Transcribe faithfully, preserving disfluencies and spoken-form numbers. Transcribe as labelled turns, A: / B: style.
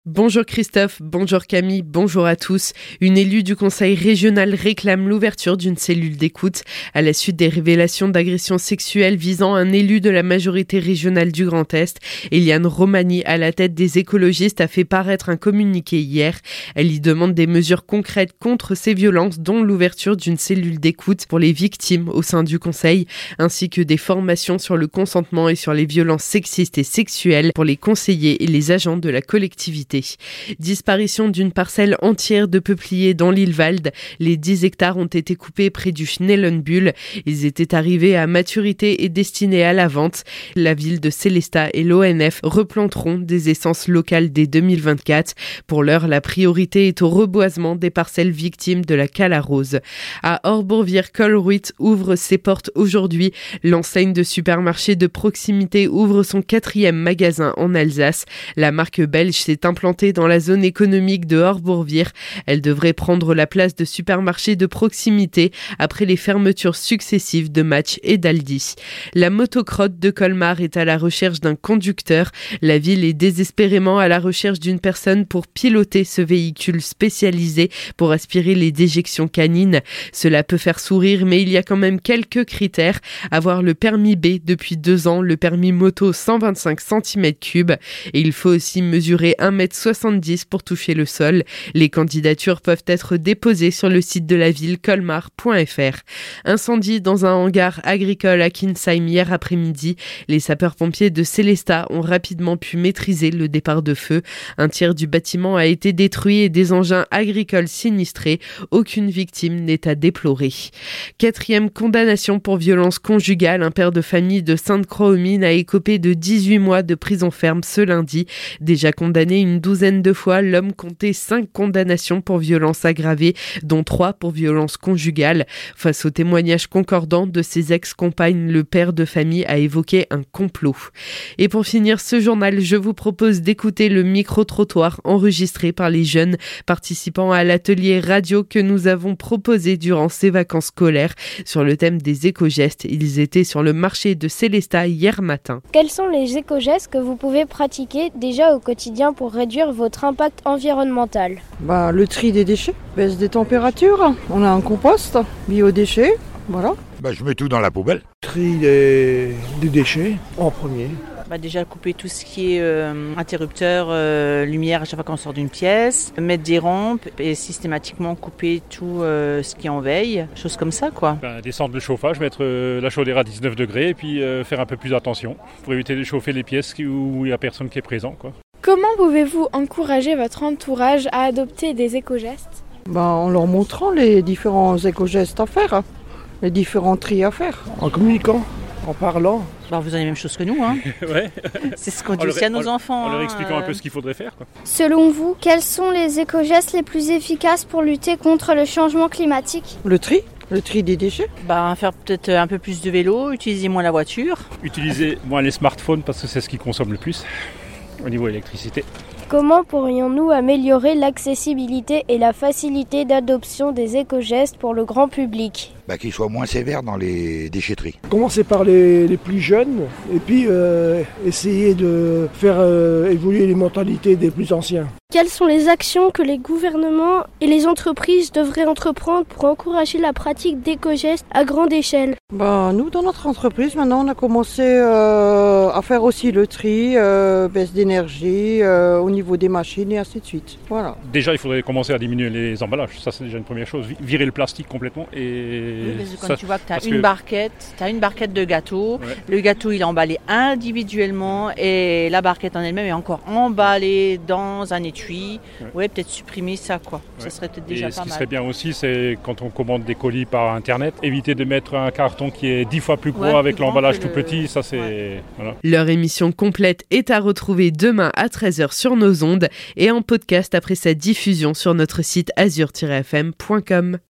A: Bonjour Christophe, bonjour Camille, bonjour à tous. Une élue du conseil régional réclame l'ouverture d'une cellule d'écoute à la suite des révélations d'agressions sexuelles visant un élu de la majorité régionale du Grand Est. Eliane Romani, à la tête des écologistes, a fait paraître un communiqué hier. Elle y demande des mesures concrètes contre ces violences, dont l'ouverture d'une cellule d'écoute pour les victimes au sein du conseil, ainsi que des formations sur le consentement et sur les violences sexistes et sexuelles pour les conseillers et les agents de la collectivité. Disparition d'une parcelle entière de peupliers dans l'Ilvalde. Les dix hectares ont été coupés près du Schnellenbuhl. Ils étaient arrivés à maturité et destinés à la vente. La ville de Sélestat et l'O N F replanteront des essences locales dès deux mille vingt-quatre. Pour l'heure, la priorité est au reboisement des parcelles victimes de la calarose. À Orbourvire-Colruyt ouvre ses portes aujourd'hui. L'enseigne de supermarché de proximité ouvre son quatrième magasin en Alsace. La marque belge s'est implantée dans la zone économique de Orbourvire. Elle devrait prendre la place de supermarché de proximité après les fermetures successives de Match et d'Aldi. La motocrotte de Colmar est à la recherche d'un conducteur. La ville est désespérément à la recherche d'une personne pour piloter ce véhicule spécialisé pour aspirer les déjections canines. Cela peut faire sourire, mais il y a quand même quelques critères. Avoir le permis B depuis deux ans, le permis moto cent vingt-cinq centimètres cubes. Et il faut aussi mesurer un mètre soixante-dix pour toucher le sol. Les candidatures peuvent être déposées sur le site de la ville colmar point f r. Incendie dans un hangar agricole à Kinsheim hier après-midi. Les sapeurs-pompiers de Sélestat ont rapidement pu maîtriser le départ de feu. Un tiers du bâtiment a été détruit et des engins agricoles sinistrés. Aucune victime n'est à déplorer. Quatrième condamnation pour violence conjugale. Un père de famille de Sainte-Croix-aux-Mines a écopé de dix-huit mois de prison ferme ce lundi. Déjà condamné une douzaine de fois, l'homme comptait cinq condamnations pour violences aggravées, dont trois pour violences conjugales. Face aux témoignages concordants de ses ex-compagnes, le père de famille a évoqué un complot. Et pour finir ce journal, je vous propose d'écouter le micro-trottoir enregistré par les jeunes participant à l'atelier radio que nous avons proposé durant ces vacances scolaires sur le thème des éco-gestes. Ils étaient sur le marché de Sélestat hier matin.
B: Quels sont les éco-gestes que vous pouvez pratiquer déjà au quotidien pour réduire votre impact environnemental?
C: Bah, le tri des déchets, baisse des températures, on a un compost, biodéchets, voilà.
D: Bah, je mets tout dans la poubelle.
E: Tri des, des déchets en premier.
F: Bah déjà couper tout ce qui est euh, interrupteur, euh, lumière à chaque fois qu'on sort d'une pièce, mettre des rampes et systématiquement couper tout euh, ce qui est en veille, choses comme ça quoi.
G: Ben, descendre le chauffage, mettre euh, la chaudière à dix-neuf degrés et puis euh, faire un peu plus attention pour éviter de chauffer les pièces où il n'y a personne qui est présent quoi.
B: Comment pouvez-vous encourager votre entourage à adopter des éco-gestes?
C: Bah, en leur montrant les différents éco-gestes à faire, les différents tris à faire.
E: En communiquant, en parlant.
F: Bah, vous avez la même chose que nous, hein.
G: Ouais.
F: C'est ce qu'on dit aussi à nos
G: en,
F: enfants.
G: En leur
F: hein,
G: expliquant
F: euh...
G: un peu ce qu'il faudrait faire, quoi.
B: Selon vous, quels sont les éco-gestes les plus efficaces pour lutter contre le changement climatique?
C: Le tri, le tri des déchets.
F: Bah, faire peut-être un peu plus de vélo, utiliser moins la voiture.
G: Utiliser moins les smartphones parce que c'est ce qui consomme le plus au niveau électricité.
B: Comment pourrions-nous améliorer l'accessibilité et la facilité d'adoption des éco-gestes pour le grand public?
D: Bah, qu'ils soient moins sévères dans les déchetteries.
E: Commencer par les, les plus jeunes et puis euh, essayer de faire euh, évoluer les mentalités des plus anciens.
B: Quelles sont les actions que les gouvernements et les entreprises devraient entreprendre pour encourager la pratique d'éco-gestes à grande échelle?
C: Bah, nous, dans notre entreprise, maintenant, on a commencé euh, à faire aussi le tri, euh, baisse d'énergie euh, au niveau des machines et ainsi de suite. Voilà.
G: Déjà, il faudrait commencer à diminuer les emballages. Ça, c'est déjà une première chose. Virer le plastique complètement. Et
F: oui, parce que quand
G: ça,
F: tu vois que tu as une
G: que...
F: barquette, tu as une barquette de gâteau. Ouais. Le gâteau, il est emballé individuellement et la barquette en elle-même est encore emballée dans un étui. Ouais. ouais, peut-être supprimer ça, quoi. Ouais. Ça serait peut-être déjà
G: et
F: pas mal.
G: Ce qui serait bien aussi, c'est quand on commande des colis par Internet, éviter de mettre un carton qui est dix fois plus gros ouais, avec plus l'emballage tout le... petit. Ça, c'est... Ouais. Voilà.
A: Leur émission complète est à retrouver demain à treize heures sur nos ondes et en podcast après sa diffusion sur notre site azur tiret f m point com.